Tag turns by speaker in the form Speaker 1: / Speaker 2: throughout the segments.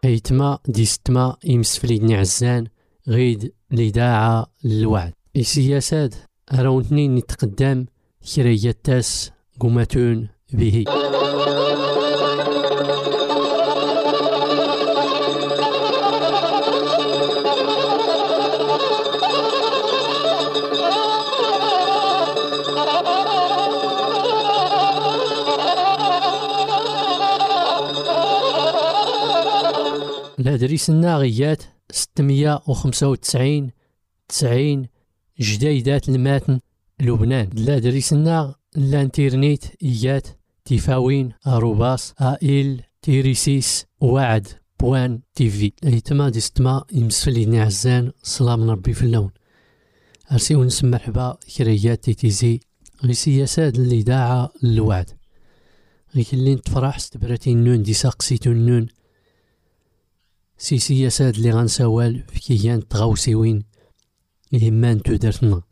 Speaker 1: ايتما ديستما يمسفليدني عزان غيد لداعة للوعد السياسات راونتني نتقدم كرية تاس قمتون به الهدريسنا غيات 695 90 جديدات الماتن لبنان. الهدريسنا الانترنت إيات تيفاوين أروباس آئل تيريسيس وعد بوان تيفي. ايتما ديستما يمسفليني عزان سلام ربي في اللون أرسي ونسمى مرحبا كريات تيتيزي غي سياسات اللي داعة للوعد غي كلين تفرح ستبراتي النون دي ساقسيتو النون سي سياسات اللي غنسوال في كيان تغوسيوين يهمان تودرتنا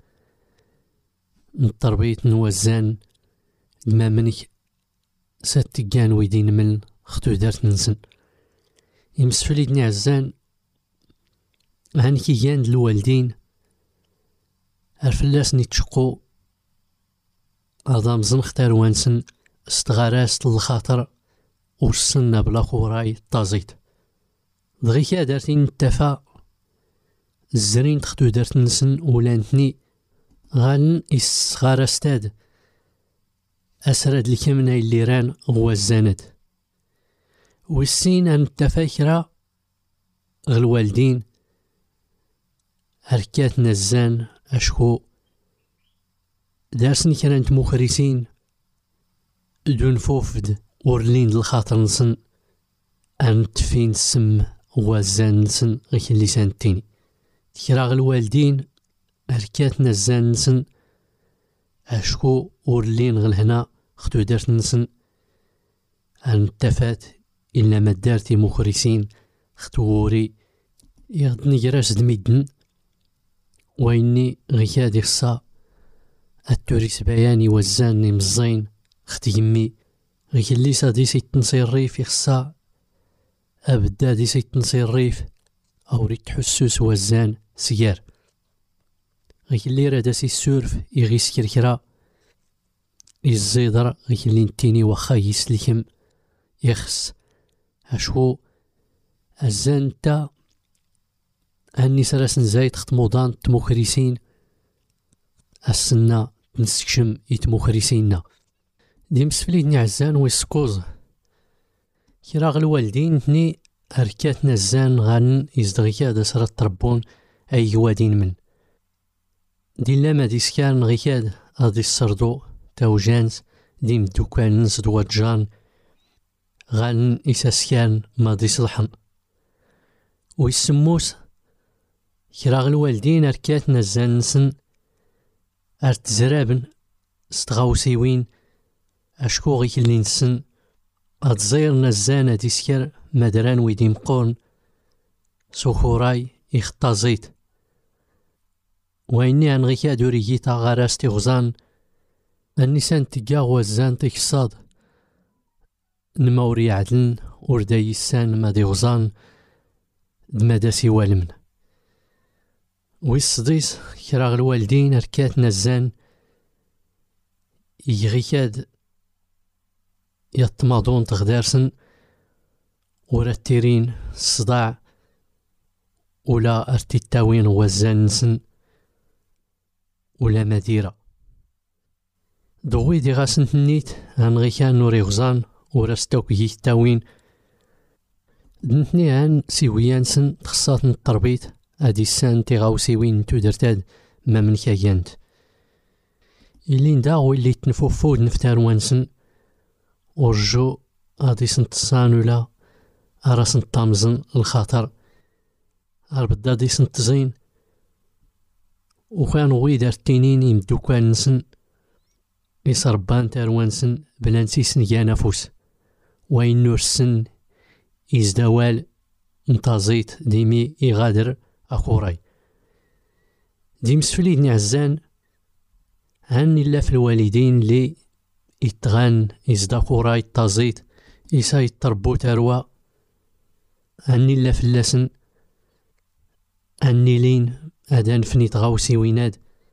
Speaker 1: نطربيت نوزان ما منك ساتقان ويدين من ختو دارت نسن يمسفليدني عزان هان كيان الوالدين عرفلاس نتشقو عظام زنختار وانسن استغاراس الخاطر وسنا بلا خوراي طازيت دغي كا دارتين نتفا الزرين تختو دارت نسن ولانتني غان إسغار استاد أسرد الكمنا اللي ران هو الزاند والسين أن التفاكرة غالوالدين هركات نزان أشكو دارسني كانت مخرسين دون فوفد ورلين الخاطر نسن أن تفين السم هو الزان نسن غيك اللسان التيني تكرا غالوالدين هركات نزان نسن أشكو ورلين غلهنا ختو دارت نسن أن التفات إلا ما دارتي مخرسين ختوري يغدني جراس دميدن وإني غيادي خصا التوريس بياني وزاني مزين ختي يمي غيك اللي صادي سيتنصير ريف يخصا أبدا دي سيتنصير ريف أو ريت تحسوس وزان سيار غيك اللي راداسي السورف يغيس كركرا الزيدر غيك اللي نتيني وخا يسلكم يخص أشو الزان تا أني سراسن زايد خطمودان تموخريسين السنة نسكشم يتموخريسيننا دي مسفليدني عزان ويسكوز كراغ الوالدين تني هركاتنا الزان غان يزدغيكا دا سرات تربون أي وادين من دي لما دي سكان غيكاد غادي السردو تاو جانس دي مدوكان نسدو جان غان إساسكان ما دي صلحن ويسموس كراغ الوالدين هركاتنا الزان نسن أرتزرابن استغاوسيوين أشكو غيك اللي نسن أتزيرنا الزانة ديسكر مدران ويديم قون سوخوراي إختازيت وإني عن غيكا دوريجيتا غاراس تغزان النسان تقاغ وزان تكصاد نموري عدلن ورداي السان ما ديغزان دماداسي والمن ويصديس كراغ الوالدين أركات نزان يغيكاد يطمادون تغدارسن ورتيرين الصداع ولا ارتيتاوين وزانسن ولا مديرة دوي دي غاسن تنيت عن غيكان نوري غزان ورستوك يتاوين دنتني عن سيويانسن تخصات التربيت ادي السان تيغاو سيوين تودرتاد ما من كايانت اللي نداغو اللي تنفوفود نفتار وانسن ورجو غادي سنتصانولا أراس نطامزن الخاطر أربدا دي سنتزين وكان غيد ارتينين يمدوكان نسن يصربان تاروانسن بلانسي سنجانا فوس وين نورسن إزدوال نتازيت ديمي يغادر أخوراي دي مسفليدني عزان هاني لا في الوالدين لي يتغان إزدا خوراي تازيت إسا يتربو تاروا أني لا فلاسن أني لين أدان فنيت غاوسي ويناد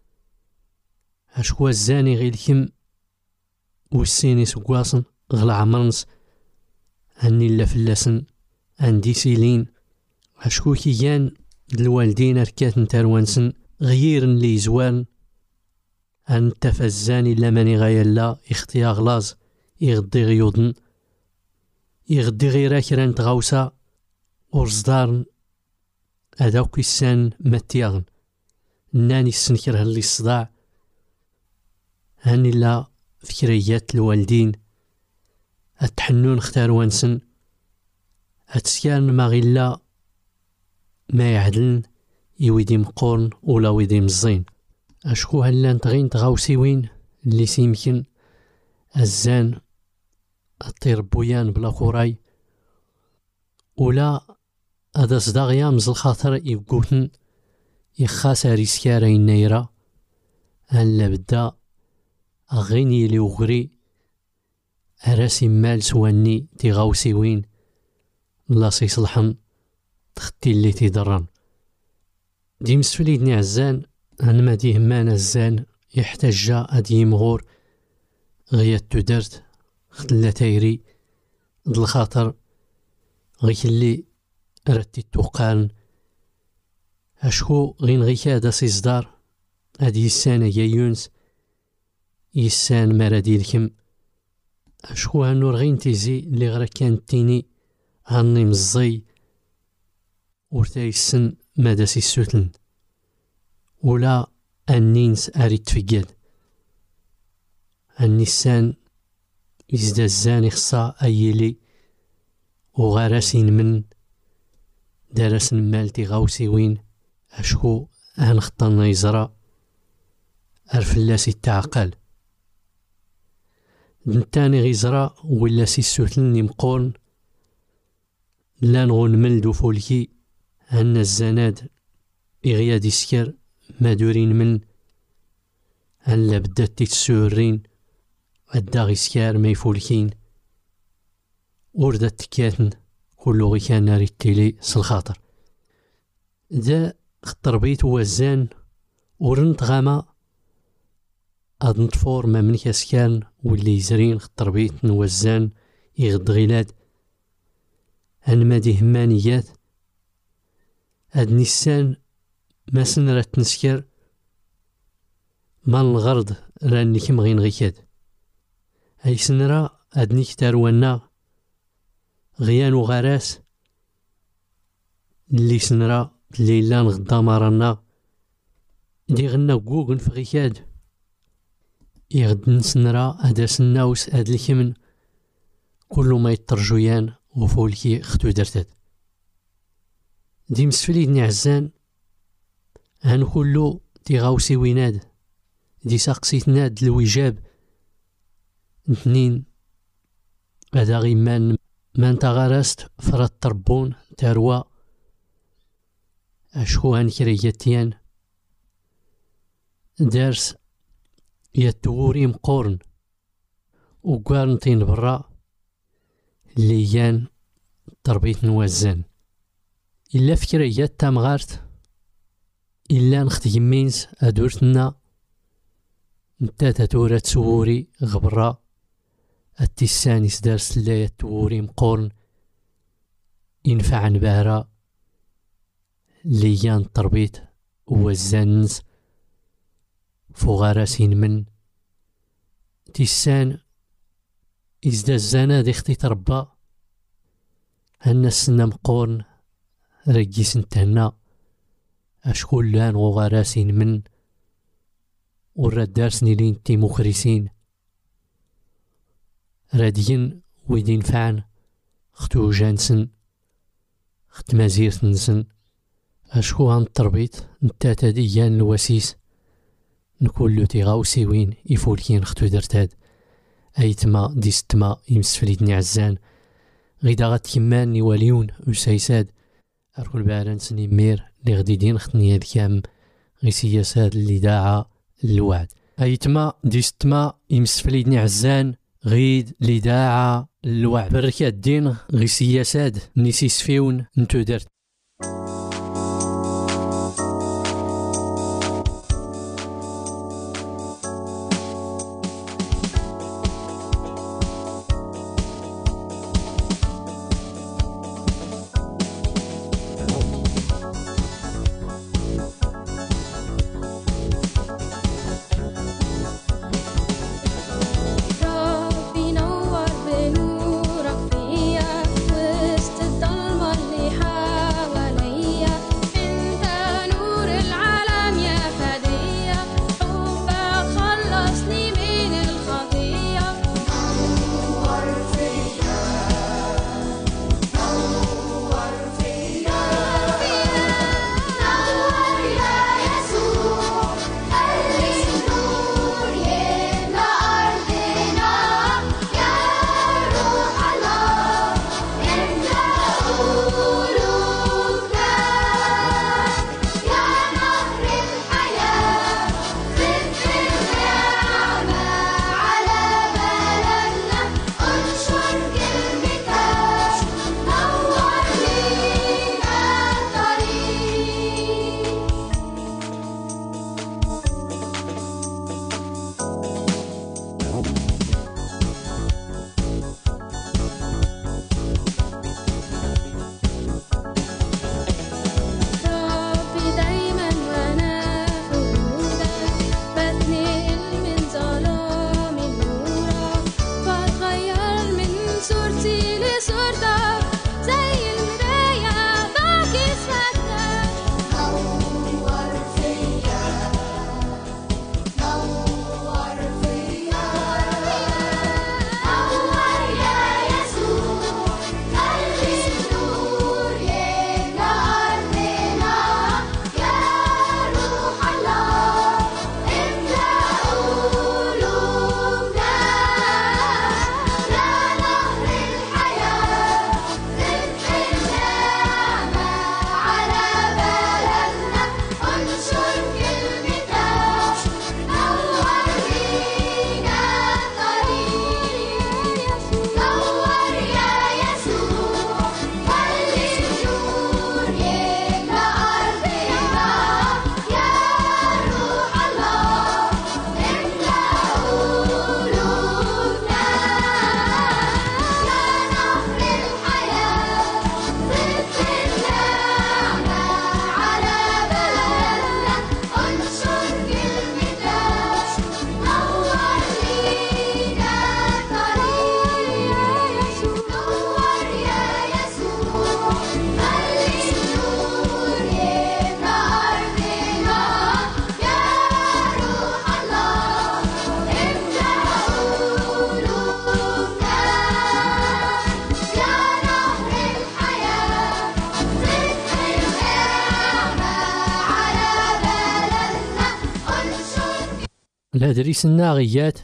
Speaker 1: أشكو الزاني غير الكم والسيني سقواصن غلا عمرنس أني لا فلاسن عندي سيلين أشكو كيان الوالدين ركات نتاروانسن غير اللي زوان أن تفزاني لماني غايا لا اختيا غلاز يغدي غيوضن يغدي غير كران تغاوسا ورزدارن هذاك السان ماتياغن ناني السنكره اللي الصداع هاني لا فكريات الوالدين التحنون اختار وانسن اتسكان ما غيلا ما يعدلن يويدي مقورن ولا ويدي مزين اشكو هلان تغين تغاوسي وين اللي سيمكن الزان الطير بويان بلا خوراي ولا هذا صداغيا مزل خاطر يقولن يخاس ريسكارا النيرة هلا بدا أغيني لي وغري أراسي مال سواني تيغاوسي وين لا سيصلحن تختي اللي تيضرن دي مسفليدني عزان أنا ما دي همان الزان يحتاج جا أدي مغور غيات تدرت خدلا تايري دل خاطر غيك اللي رتي توقان أشكو غين غيك هذا سيصدار هادي يسانا يا يونس يسان مرادي الكم أشكو هالنور غين تيزي اللي غرا كانت تيني هاني مزي ورتا يسن مادا سيسوتن ولا النينس أريد تفقد النسان يزدا الزاني خصا أيلي وغارسين من دارسن مالتي غاوسي وين أشكو هنخطنا يزرا أرفلاسي التعقل نتاني غيزرا ولا سيسوتلني مقورن لان غون ملدو فولكي هن الزناد إغياد يسكر مادورين من هن لابدات تتسورين أدا غيسكار ما يفولكين وردت تكاتن كلو غي كان ناري التيلي سالخاطر دا خطربيت وزان ورنت غاما هاد نطفور ما من كاسكان واللي يزرين خطربيت نوزان يغد غيلاد هن مادي همانيات هاد نيسان ما سنرات نسكر ما الغرض راني كم غين غيكاد هاي سنرا هاد نيكتار وانا غيان وغراس اللي سنرا الليلة نغدا مارانا دي غنا قوغن في غيكاد يغد نسنرا هدا سناوس هاد الكمن كل ما يترجويان وفولكي ختو درتاد دي مسفليدني عزان هان كلو تيغاوسي ويناد دي ساقسيتنا د الوجاب نتنين هذا غيمان ما انت غارست فرات تربون تاروا اشكو هان كرياتيان دارس يتوري مقورن وقارنتين برا ليان تربيت نوزان إلا فكريات تامغارت إلا نختي مينس أدورتنا نتا تاتورا تسوري غبرا التساني سدارس لا يتوري مقورن ينفع نبارا ليان تربيت وزانس فغارسين من تسان إزدا الزانا دي اختي تربا هنا السنة مقورن رجيس نتهنا أشكول لان غارسين من وراد دارسني لين تي مخرسين رادين ويدين فعن ختو جانسن خت مازيرت نسن أشكو هان التربيط نتاتا ديان الوسيس نكولو تيغاوسي وين يفولكين ختو درتاد أيتما ديستما يمسفليدني عزان غيدا غات كمان نيواليون وسايساد أركل باران سني مير لي غدي دين ختني هاد كام غي سياسات اللي داعا الوعد أيتما ديستما يمسفليدني عزان غيد لي داعا الوعد بركة الدين غي سياسات نيسي سفيون نتو درت. الهدريس الناغيات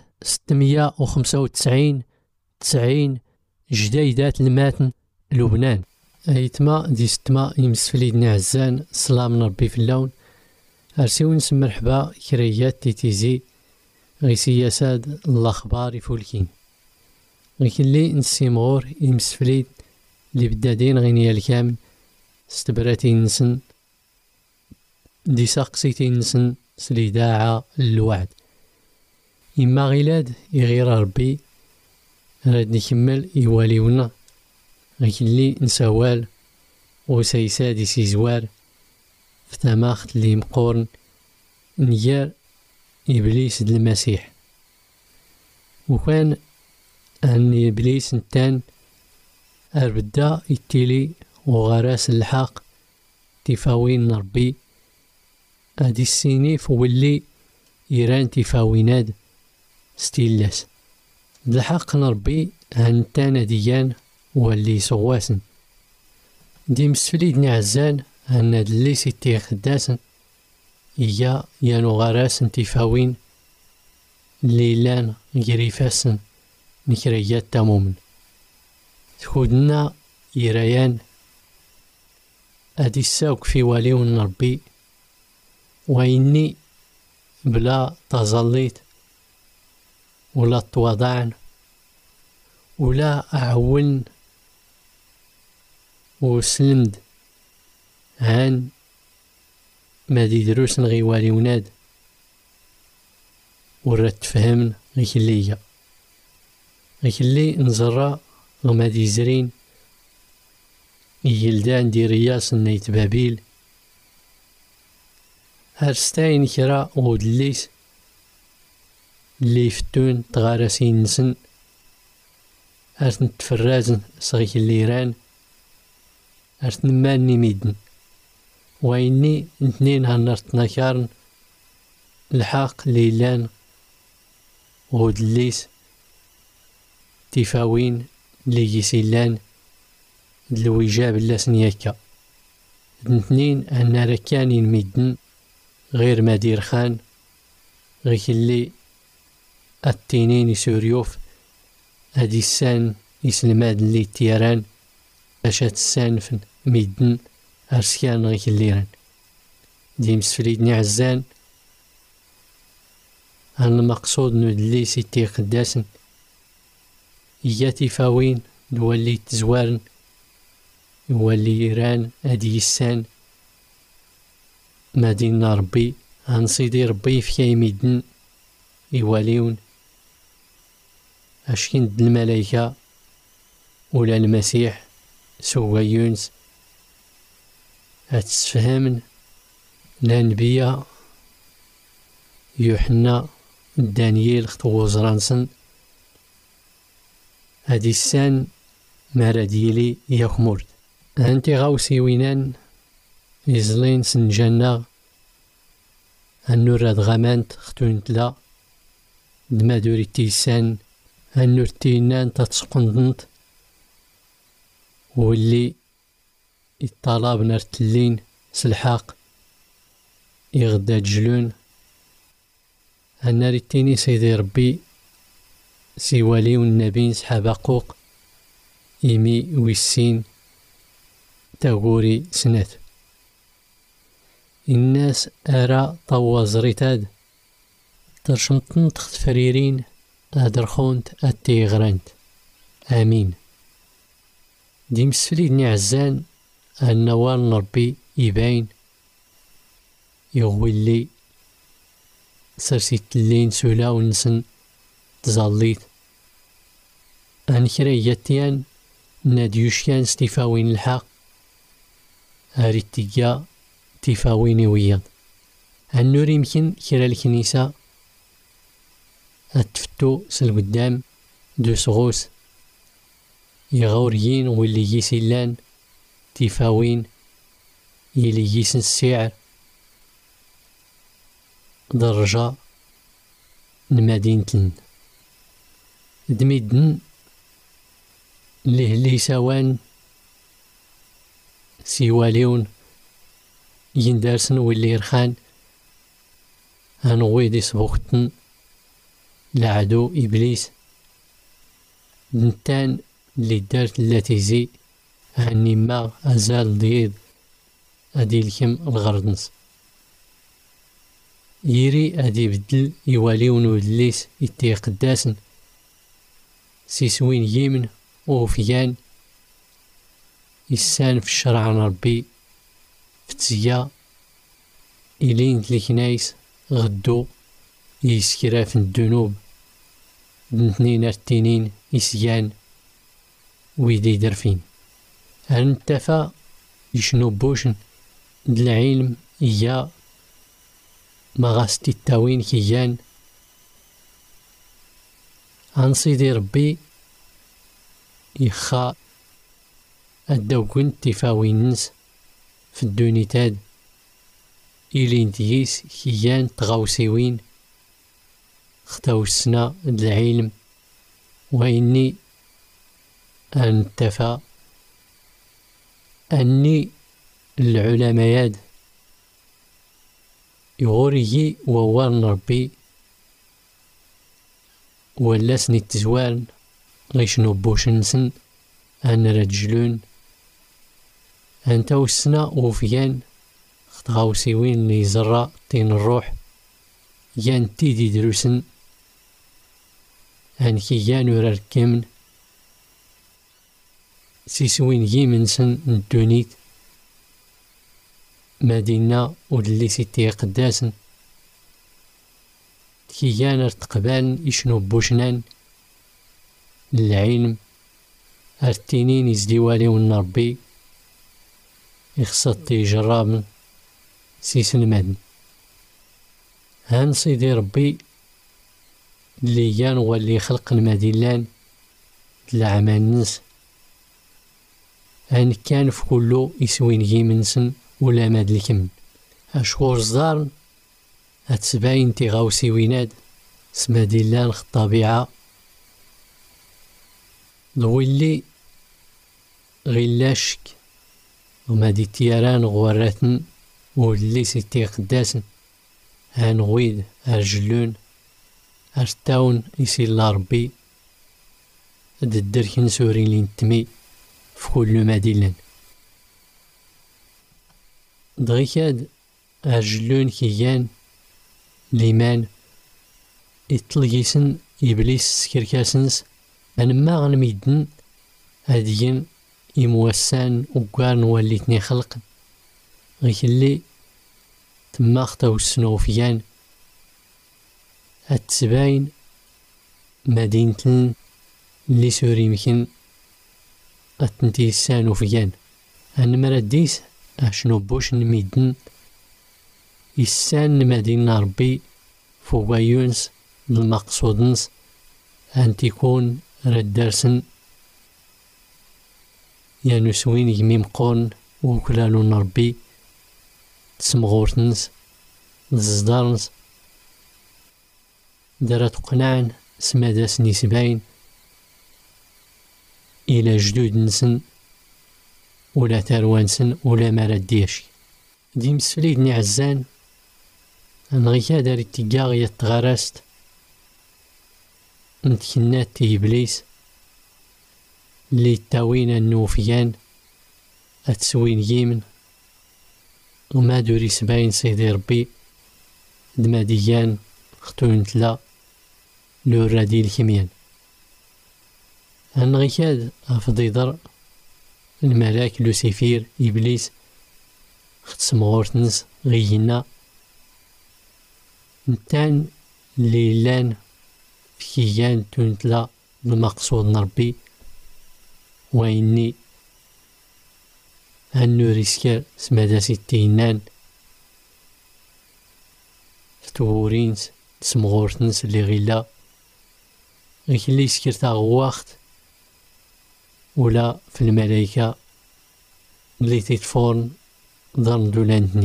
Speaker 1: 695 90 جديدات الماتن لبنان. ايتما دي ستما يمسفليدنا عزان سلام من ربي في اللون. ارسيو نسم مرحبا كريات تيتيزي غي سياسات الاخبار يفولكين غي اللي نسيمغور يمسفليد اللي بدادين غينيا الكامل استبراتي نسن دي ساقسيتي نسن سليداعة الوعد. إما غيلاد يغير ربي راد نكمل يواليونا غيك اللي نسوال وسيساد سيزوار في تماخت اللي مقورن نيار إبليس المسيح. وكان أن إبليس نتان أربدا يتيلي وغراس الحق تفاوين ربي هادي السينيف واللي يران تفاويناد ستيلاس الحق نربي هنتانا ديان واللي سواسن دي مسفليد عزان هناد اللي سيتي خداسن إيا يانو غراسن تفاوين ليلان غريفاسن نكريات تامومن تخودنا يريان أدي الساوك في واليون ربي وإني بلا تظليت ولا تواضعن ولا أعون وسلمد عن ما دي دروس غيوالي وناد ورات تفهمن غيكليا غيكلي نزرع غما دي زرين يلدان دي رياس نيت بابيل هرستاين كرا ودليس اللي يفتون تغارسين نسن هرتن تفرازن صغيك الليران هرتن ماني ميدن ويني اثنين هنرتنا كارن الحاق ليلان ودليس تفاوين اللي يسيلان الوجاب اللاسن يكا اثنين أنا ركانين ميدن غير مدير خان غير اللي التنين يسوريوف هادي السان يسلماد اللي تيران اشات السان في ميدن ارسكان غير الليران ديم سفريدني عزان المقصود ندلي سيتي قداسن ياتي فاوين نولي تزوارن يولي يران هادي السان مدينة ربي هنصيدي ربي في يميدن يواليون أشكين الملايكة ولا المسيح سوا يونس هتسفهمن الأنبياء يوحنا دانييل خطو زرانسن هادي السان ماراديلي يخمرد أنتي غاوسي وينان يزلين سنجانا النور غامانت ختونتلا دمادوري تيسان النور تينان تتسقندنت واللي الطلاب نرتلين سلحاق يغدا جلون النار التيني سيدي ربي سيوالي والنبي سحابا قوق يمي ويسين تاغوري سنات الناس أرى طوازريتاد ترشمتن تخت فريرين أدرخونت التيغرانت آمين ديم سفليدني عزان النوال ربي يباين يغولي سرسيت اللين سولا ونسن تزاليت أنكرياتيان ناديوشيان ستيفاوين الحق هاريتيجا تيفاويني وياض النور يمكن كرا الكنيسة أتفتو سلقدام دو سغوس يغوريين واللي يسيلان تيفاوين يلي يسن السعر درجة المدينة دميدن اللي سوان سيواليون يندارسن واللي يرخان هنويدي سبوختن لعدو إبليس نتان اللي دارت اللاتيزي هني ما أزال ضيض أدي الكم الغردنس يري أدي بدل يواليون ودليس يتي قداسن سيسوين يمن وفيان يسان في الشرع عن ربي فتسيا إلين الكنايس غدو يسكرا في الذنوب اثنين التنين يسيان ويدي درفين هنتفا يشنو بوشن العلم إيا مغاستي التاوين كيان هنصيدي ربي يخا أداو كنت تفاوين نس في الدونيتاد إلين تيس كيان تغاوسيوين اختاو السنا العلم وإني أنتفى أني العلماء يغوري ووان ربي ولا سني التزوان غيشنو بوشنسن أن رجلون أنت والسنا وفيان خطغاوسيوين اللي يزرع طين الروح يان تيدي دروسن أنكي يان وراركمن سيسوين يمنسن الدونيت مدينة ودلي سيتي قداسن كيان ارتقبان يشنو بوشنان العلم ارتينين يزديوالي ونربي يخصد تيجرابن سيسن مدن هان سيدي ربي اللي يان واللي خلق المدينان العمال نس هان كان في كله يسوين يمنسن ولا ماد الكم اشكور صدارن هتسباين تيغاوسي ويناد سما ديلان الطبيعة الويلي غلاشك وما دي تياران غوراتن واللي سيتي قداسن هانغويد ارجلون ارتاون يسي الله ربي الدركن سوري لنتمي في كل مدينة دغيكاد ارجلون كيان ليمان يطلقيسن إبليس سكركاسنس أنما غنميدن هاديين يموسان وقارن واليتني خلق غيك اللي تما خطاو السنوفيان هتسباين مدينة اللي سوري مكن أتنتي السانوفيان أنما رديس أشنو بوش نميدن يسان مدينة ربي فوقايونس المقصودنس أن تكون ردرسن يانوسوين يميم قون وكلالون ربي تسمغورتنس نزدارنس دارت قناعن سماداس نسباين إلى جدود نسن ولا تاروانسن ولا مرديش ديم سفليدني عزان نغيكا داري تيقاغ يتغرست نتكنات تي إبليس اللي تاوين النوفيان أتسوين يمن وما دوري سباين سيدي ربي دماديان خطون تلا لورادي الكميان هنغيكاد أفضي ضر الملاك لوسيفير إبليس ختسمغورتنس غينا نتان ليلان فكيان تونتلا المقصود نربي وإني هنو ريسكار سمادا ستينان فتورينس تسمغورتنس اللي غيلا غيك اللي سكرت غواخت ولا في الملايكة اللي تيتفورن ضرن دولانتني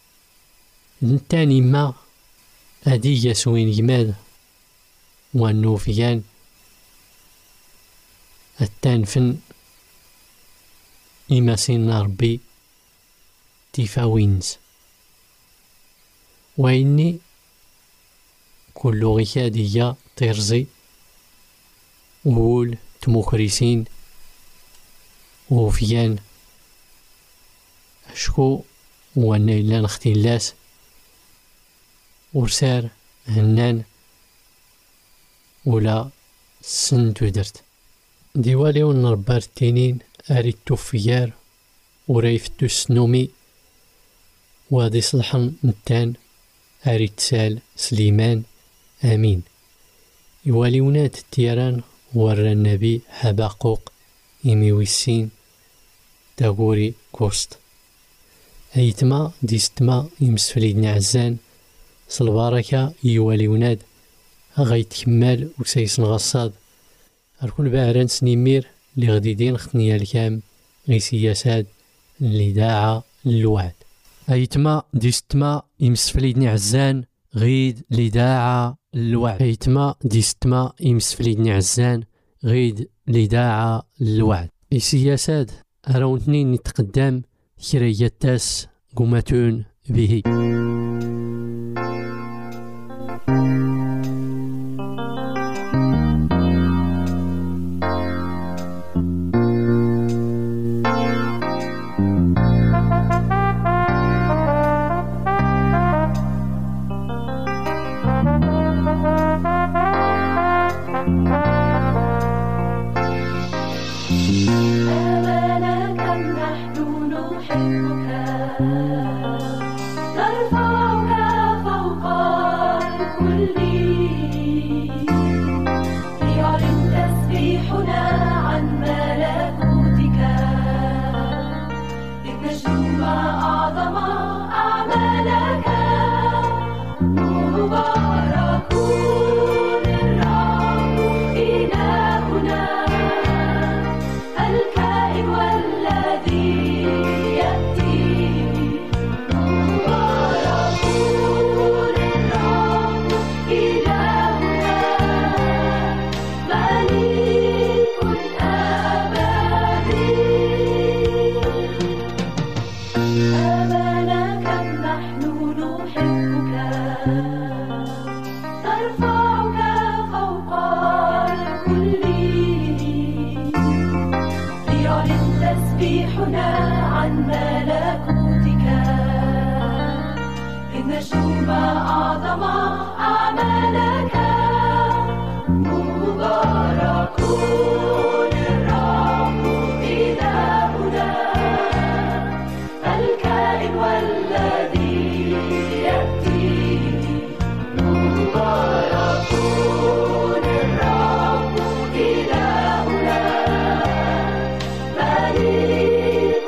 Speaker 1: نتاني ما هادي يسوين يماد والنوفيان التانفن إما سين ربي تيفاوينز وإني كل غيادية ترزي وول تموكريسين وفيان أشكو وانا إلا نختلاس ورسار هنان ولا سنتو درت ديوالي ونربار التنين أريد توفيار وريفتو السنومي وادي صلحن نتان أريد سال سليمان آمين يوالي وناد التيران ورى النبي حباقوق إمي ويسين تاغوري كوست أيتما ديستما يمسفليدني عزان صلباركا يوالي وناد غايت كمال وسيسن غصاد أركون باعران سنيمير اللي غديدين ختنيا الكام غي سياسات اللي داعا للوعد أيتما ديستما يمسفليدني عزان غيد اللي داعا للوعد أيتما ديستما يمسفليدني عزان غيد اللي داعا للوعد السياسات أراونتنين نتقدم كرياتاس قمتون به
Speaker 2: نحبك نرفعك فوق الكل ليعلن تسبيحنا عن ملكوتك إذ نشوف أعظم أعمالك مبارك الرب إلهنا الكائن والذي يأتي مبارك الرب إلهنا ملك أبدي أبانا كم نحن نحبك نرفعك فوق الكل ليعلن تسبيحنا عن ملكوتك إذ نشوف أعظم أعمالك مبارك الرب إلهنا الكائن والذي يأتي مبارك الرب إلهنا ملك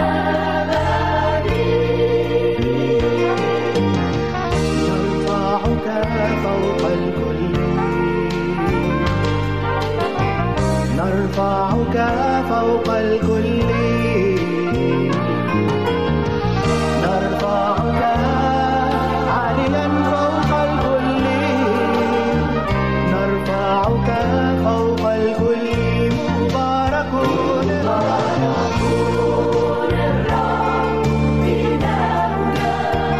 Speaker 2: أبدي
Speaker 3: نرفعك فوق الكل نرفعك فوق الكل نرفعك عاليا فوق الكل نرفعك فوق الكل مبارك
Speaker 2: الرب إلهنا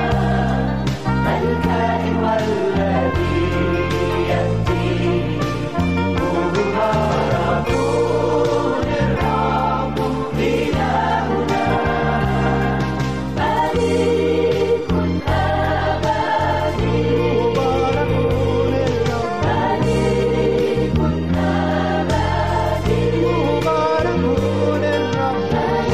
Speaker 2: الكائن والذي يأتي مبارك الرب إلهنا ملك أبدي
Speaker 3: مبارك للرب
Speaker 2: ملك أبدي
Speaker 3: مبارك للرب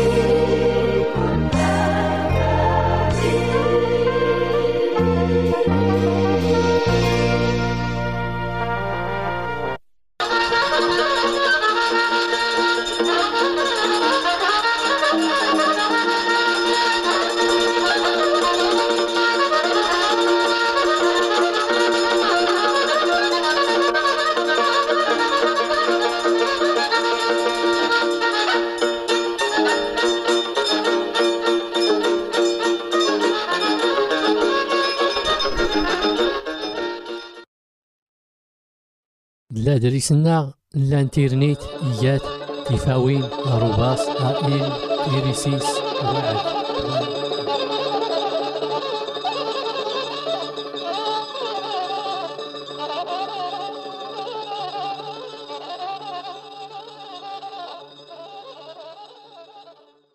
Speaker 1: لا دريسنا الانترنت إيات تفاوين أروباس آئل إيريسيس وعد